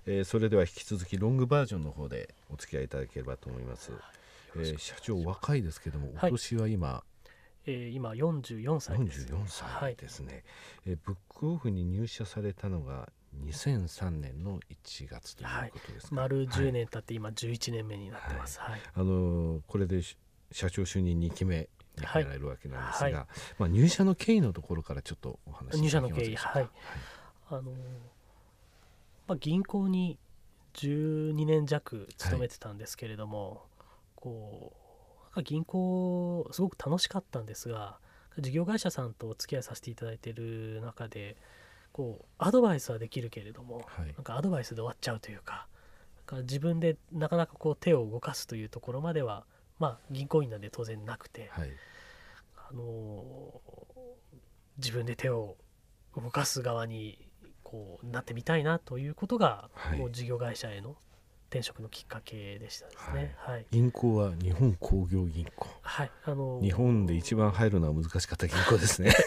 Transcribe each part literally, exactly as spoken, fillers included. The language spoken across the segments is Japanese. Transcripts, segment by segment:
えー、それでは引き続きロングバージョンの方でお付き合いいただければと思います。えー、社長若いですけども、お年は今、はい、 えー、今よんじゅうよんさいです。 よんじゅうよんさいですね、はい。えー、ブックオフに入社されたのがにせんさんねんのいちがつということですか。 はい、丸じゅうねん経って今じゅういちねんめになってます。はいはい、 あのー、これで社長就任にきめに入られるわけなんですが、はいはい、まあ、入社の経緯のところからちょっとお話しいただけますでしょうか。入社の経緯、はい、 あのーまあ、銀行にじゅうにねん弱勤めてたんですけれども、はい、こう銀行すごく楽しかったんですが、事業会社さんとお付き合いさせていただいている中でこうアドバイスはできるけれども、はい、なんかアドバイスで終わっちゃうというか、なんか自分でなかなかこう手を動かすというところまでは、まあ、銀行員なんで当然なくて、はい、あの自分で手を動かす側にこうなってみたいなということが、はい、もう事業会社への転職のきっかけでしたですね。はいはい、 銀行は日本工業銀行、 はい、あのー、 日本で一番入るのは難しかった銀行ですね。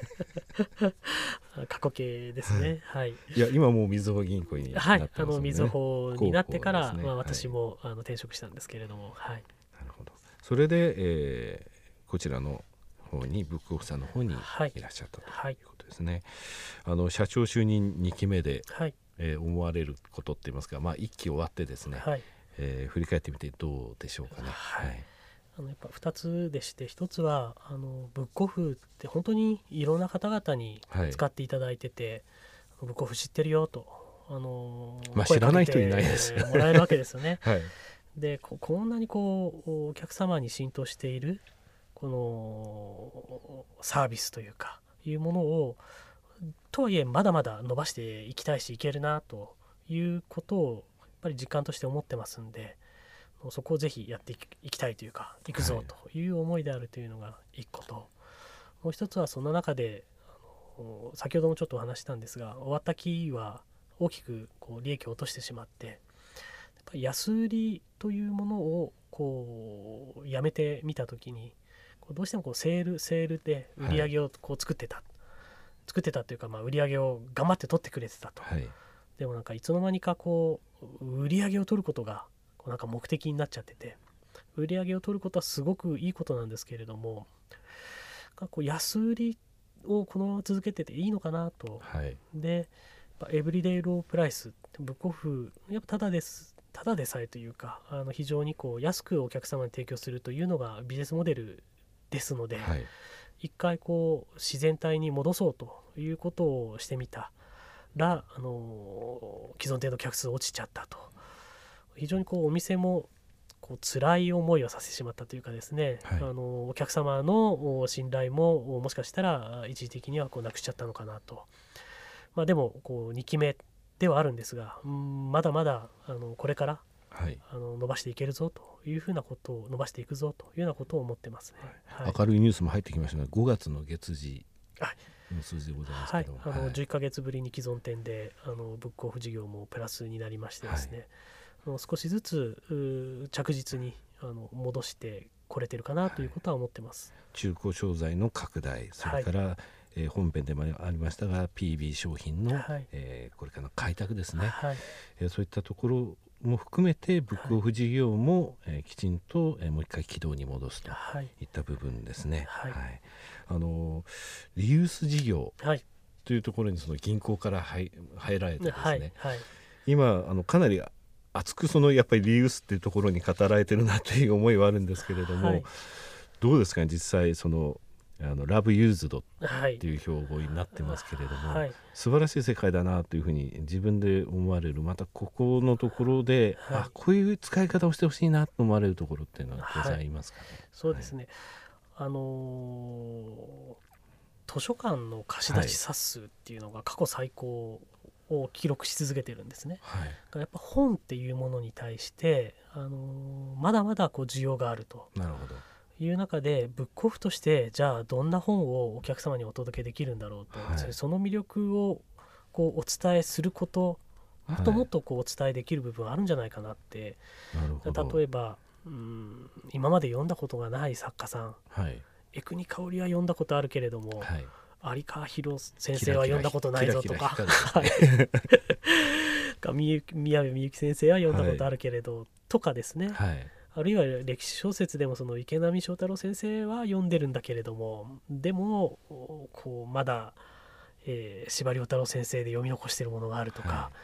過去形ですね。はい。 いや今もうみずほ銀行になってますね。はい、 あのみずほになってから、ね、まあ、私も、はい、あの転職したんですけれども、はい。 なるほど。それで、えー、こちらの方にブックオフさんの方にいらっしゃったということですね。はい、あの社長就任にきめで、はい、えー、思われることって言いますか、まあ、いっき終わってですね、はい、えー、振り返ってみてどうでしょうかね。はいはい、 あのやっぱふたつでして、ひとつはあのブックオフって本当にいろんな方々に使っていただいてて、はい、ブックオフ知ってるよと、あのまあ、知らない人いないですよね。 もらえるわけですよね。 はい、 で こ, こんなにこうお客様に浸透しているこのサービスというかいうものを、とはいえまだまだ伸ばしていきたいしいけるなということをやっぱり実感として思ってますんで、そこをぜひやっていきたいというか行くぞという思いであるというのが一個と、はい、もう一つはその中であの先ほどもちょっとお話したんですが、終わった期は大きくこう利益を落としてしまって、やっぱり安売りというものをこうやめてみたときに、どうしてもこうセールセールで売り上げをこう作ってた、はい、作ってたというか、まあ売り上げを頑張って取ってくれてたと、はい、でもなんかいつの間にかこう売り上げを取ることがこうなんか目的になっちゃってて、売り上げを取ることはすごくいいことなんですけれども、こう安売りをこのまま続けてていいのかなと、はい、でエブリデイロープライスブックオフやっぱただですただでさえというか、あの非常にこう安くお客様に提供するというのがビジネスモデルですので、はい、一回こう自然体に戻そうということをしてみたら、あの既存店の客数落ちちゃったと、非常にこうお店もこう辛い思いをさせてしまったというかですね、はい、あのお客様の信頼ももしかしたら一時的にはこうなくしちゃったのかなと。まあ、でもこうにきめではあるんですが、んまだまだあのこれから、はい、あの伸ばしていけるぞというふうなことを伸ばしていくぞというようなことを思ってますね。 はいはい、明るいニュースも入ってきましたが、ごがつの月次の数字でございますけど、 はい、あのじゅっかげつぶりに既存店であのブックオフ事業もプラスになりましてですね、はい、あの少しずつ着実にあの戻してこれてるかなということは思ってます。 はい、中古商材の拡大、それから、はい、えー、本編でもありましたが ピービー 商品の、はい、えー、これからの開拓ですね、はい、えー、そういったところも含めてブックオフ事業も、はい、えー、きちんと、えー、もう一回軌道に戻すといった部分ですね。はいはい、あのリユース事業というところにその銀行から入、入られてですね、はいはい、今あのかなり熱くそのやっぱりリユースっていうところに語られてるなという思いはあるんですけれども、はい、どうですかね、実際そのあのラブユーズドっていう標語になってますけれども、はい、素晴らしい世界だなというふうに自分で思われる、またここのところで、はい、あこういう使い方をしてほしいなと思われるところっていうのは当然ありますかね。はい、 そうですね、はい、あのー、図書館の貸し出し冊数っていうのが過去最高を記録し続けてるんですね。はい、やっぱ本っていうものに対して、あのー、まだまだこう需要があると。 なるほど。 いう中でブックオフとしてじゃあどんな本をお客様にお届けできるんだろうと、はい、その魅力をこうお伝えすること、もっともっとこうお伝えできる部分あるんじゃないかなって、はい、例えばうん今まで読んだことがない作家さん、はい、江国香織は読んだことあるけれども、はい、有川博先生は読んだことないぞとか宮部みゆき先生は読んだことあるけれど、はい、とかですね、 はい、 あるいは歴史小説でもその池波正太郎先生は読んでるんだけれども、でもこうまだ、えー、司馬遼太郎先生で読み残しているものがあるとか、はい、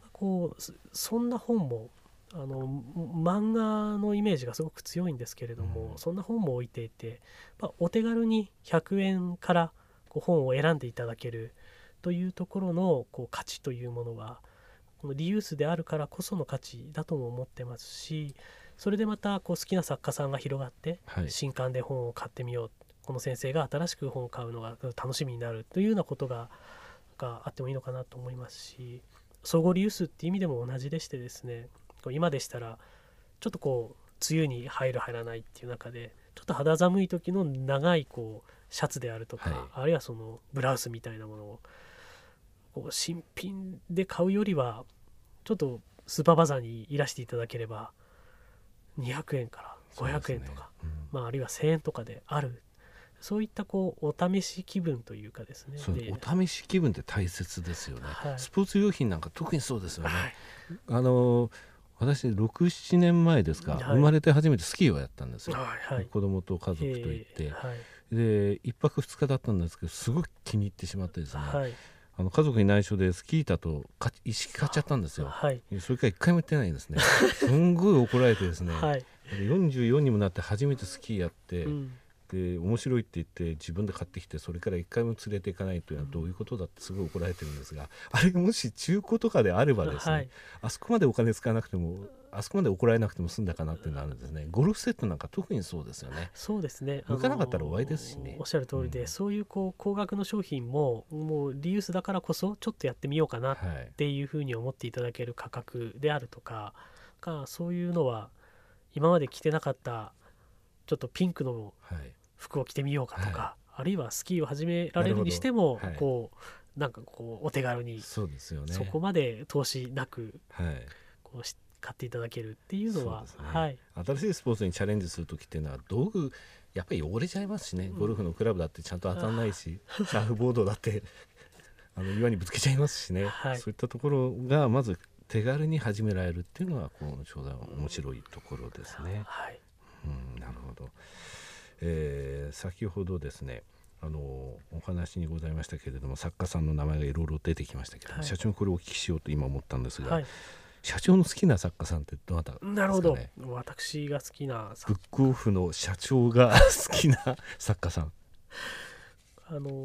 こうそんな本もあの漫画のイメージがすごく強いんですけれども、うん、そんな本も置いていて、まあ、お手軽にひゃくえんからこう本を選んでいただけるというところのこう価値というものはこのリユースであるからこその価値だとも思ってますし、それでまたこう好きな作家さんが広がって、はい、新刊で本を買ってみよう、この先生が新しく本を買うのが楽しみになるというようなことが、があってもいいのかなと思いますし、総合リユースっていう意味でも同じでしてですね、今でしたらちょっとこう梅雨に入る入らないっていう中でちょっと肌寒い時の長いこうシャツであるとか、はい、あるいはそのブラウスみたいなものをこう新品で買うよりはちょっとスーパーバザーにいらしていただければにひゃくえんからごひゃくえんとか、ね、うん、まあ、あるいはせんえんとかである、そういったこうお試し気分というかですね、 お試し気分って大切ですよね、はい、スポーツ用品なんか特にそうですよね、はい、あの私ろく、ななねんまえですか、はい、生まれて初めてスキーをやったんですよ、はいはい、子供と家族と行って、えーはい、でいっぱくふつかだったんですけどすごく気に入ってしまってですね、はい、あの家族に内緒でスキー板と一式買っちゃったんですよ、はい、それからいっかいも行ってないんですねすんごい怒られてですね、はい、よんじゅうよんにもなって初めてスキーやって、うん、で面白いって言って自分で買ってきてそれからいっかいも連れていかないというのはどういうことだってすごい怒られてるんですが、あれもし中古とかであればですね、はい、あそこまでお金使わなくてもあそこまで怒られなくても済んだかなっていうのがあるんですね。ゴルフセットなんか特にそうですよね。 そうですね、 向かなかったら終わりですしね。 おっしゃる通りで、うん、そういうこう高額の商品ももうリユースだからこそちょっとやってみようかなっていうふうに思っていただける価格であるとか、かそういうのは今まで着てなかったちょっとピンクの服を着てみようかとか、はい、あるいはスキーを始められるにしても、はい、こうなんかこうお手軽にそうですよね、 そこまで投資なく、 はい、 こうし買っていただけるっていうのは、 そうですね、 はい、 新しいスポーツにチャレンジする時っていうのは道具やっぱり汚れちゃいますしね、うん、ゴルフのクラブだってちゃんと当たんないしサーフボードだってあの岩にぶつけちゃいますしね、はい、そういったところがまず手軽に始められるっていうのはこのちょうど面白いところですね、 はい、 うん、なるほど、えー、先ほどですねあのお話にございましたけれども作家さんの名前がいろいろ出てきましたけど、はい、社長にこれをお聞きしようと今思ったんですが、はい、社長の好きな作家さんってどなたですかね。 なるほど、私が好きなブックオフの社長が好きな作家さんあの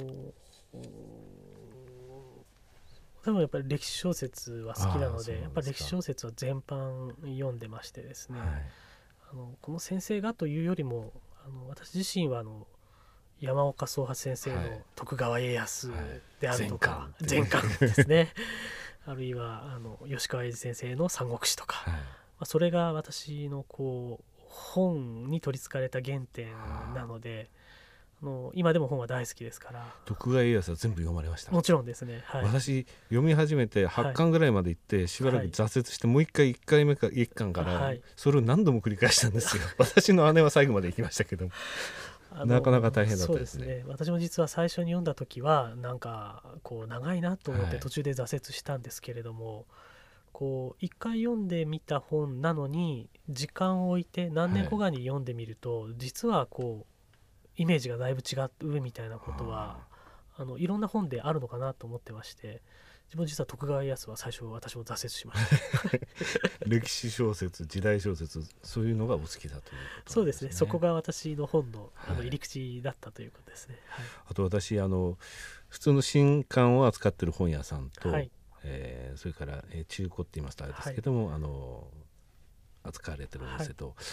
でもやっぱり歴史小説は好きなので、やっぱり歴史小説は全般読んでましてですね、はい、あのこの先生がというよりもあの私自身はあの山岡宗八先生の徳川家康であるとか、全巻ですねあるいはあの吉川英治先生の三国志とか、はい、まあ、それが私のこう本に取りつかれた原点なので、あの今でも本は大好きですから。 徳川家康は全部読まれました。 もちろんですね、はい、 私読み始めてはちかんぐらいまで行って、はい、しばらく挫折して、はい、もういっかいいっかいめかいっかんから、はい、それを何度も繰り返したんですよ私の姉は最後まで行きましたけどもなかなか大変だったですね。 そうですね、私も実は最初に読んだ時はなんかこう長いなと思って途中で挫折したんですけれども、はい、こう一回読んでみた本なのに時間を置いて何年後かに読んでみると、はい、実はこうイメージがだいぶ違うみたいなことはあのいろんな本であるのかなと思ってまして、自分実は徳川家康は最初私も挫折しました歴史小説、時代小説、そういうのがお好きだということですね。 そうですね、そこが私の本の、あの入り口だったということですね、はい、 あと私あの普通の新刊を扱っている本屋さんと、はい、えー、それから、えー、中古って言いますとあれですけども、はい、あの扱われてるお店と、はい、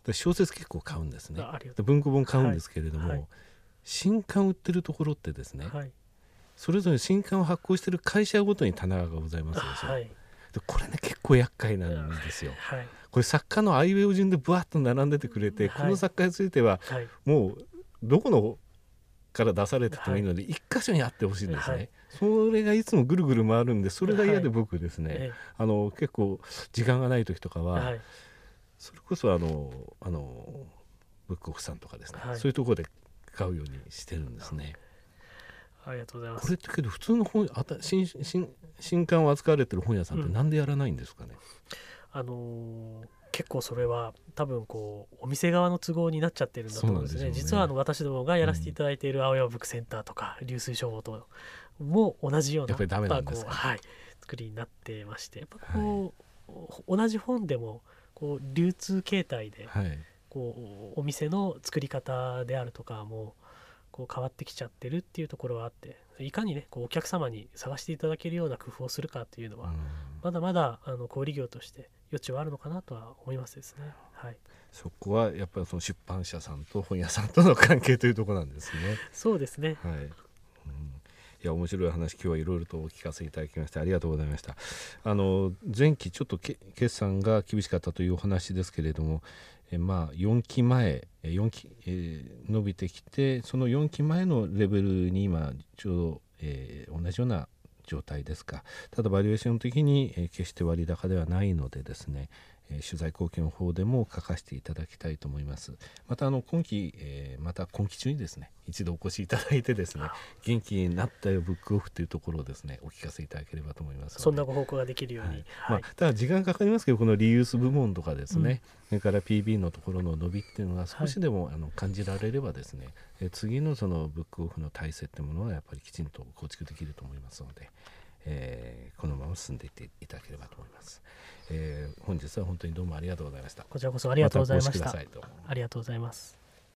小説結構買うんですね。文庫本買うんですけれども、はいはい、新刊売ってるところってですね、はい、それぞれ新刊を発行している会社ごとに棚がございますでしょ、はい、でこれね結構厄介なんですよ、はい、これ作家のアイウェイ順でブワッと並んでてくれて、はい、この作家については、はい、もうどこのから出されててもいいので、はい、一箇所にあってほしいんですね、はい、それがいつもぐるぐる回るんでそれが嫌で僕ですね、はい、あの結構時間がない時とかは、はい、それこそあのあのブックオフさんとかですね、はい、そういうところで買うようにしてるんですね。 ありがとうございます。 これってけど普通の本あた 新, 新, 新刊を扱われてる本屋さんってなんでやらないんですかね。 うん、あのー、結構それは多分こうお店側の都合になっちゃってるんだと思うんですね。実はあの私どもがやらせていただいている青山ブックセンターとか流水書房とも同じようなやっぱりダメなんですか、 まあこうはい、作りになってまして、やっぱこう、はい、同じ本でもこう流通形態で、はい、こうお店の作り方であるとかもこう変わってきちゃってるっていうところはあって、いかにねこうお客様に探していただけるような工夫をするかっていうのは、うん、まだまだあの小売業として余地はあるのかなとは思いますですね。はい、 そこはやっぱりその出版社さんと本屋さんとの関係というところなんですね。 そうですね。 はい、うん、いや面白い話今日はいろいろとお聞かせいただきましてありがとうございました。あの前期ちょっと決算が厳しかったというお話ですけれども、えまあよんきまえよんき、えー、伸びてきて、そのよんきまえのレベルに今ちょうど、えー、同じような状態ですか。ただバリエーション的に、えー、決して割高ではないのでですね、えー、取材貢献の方でも書かせていただきたいと思います。またあの今期、えー、また今期中にですね一度お越しいただいてですね、元気になったよブックオフというところをですねお聞かせいただければと思いますので、 そんなご報告ができるように、はいはい、まあ、ただ時間かかりますけど、このリユース部門とかですね、うん、それから ピービー のところの伸びっていうのが少しでも、はい、あの感じられればですね、え次のそのブックオフの体制っていうものはやっぱりきちんと構築できると思いますので、えー、このまま進んでいっていただければと思います。えー、本日は本当にどうもありがとうございました。 こちらこそありがとうございました。 またお越しくださいと。 ありがとうございます。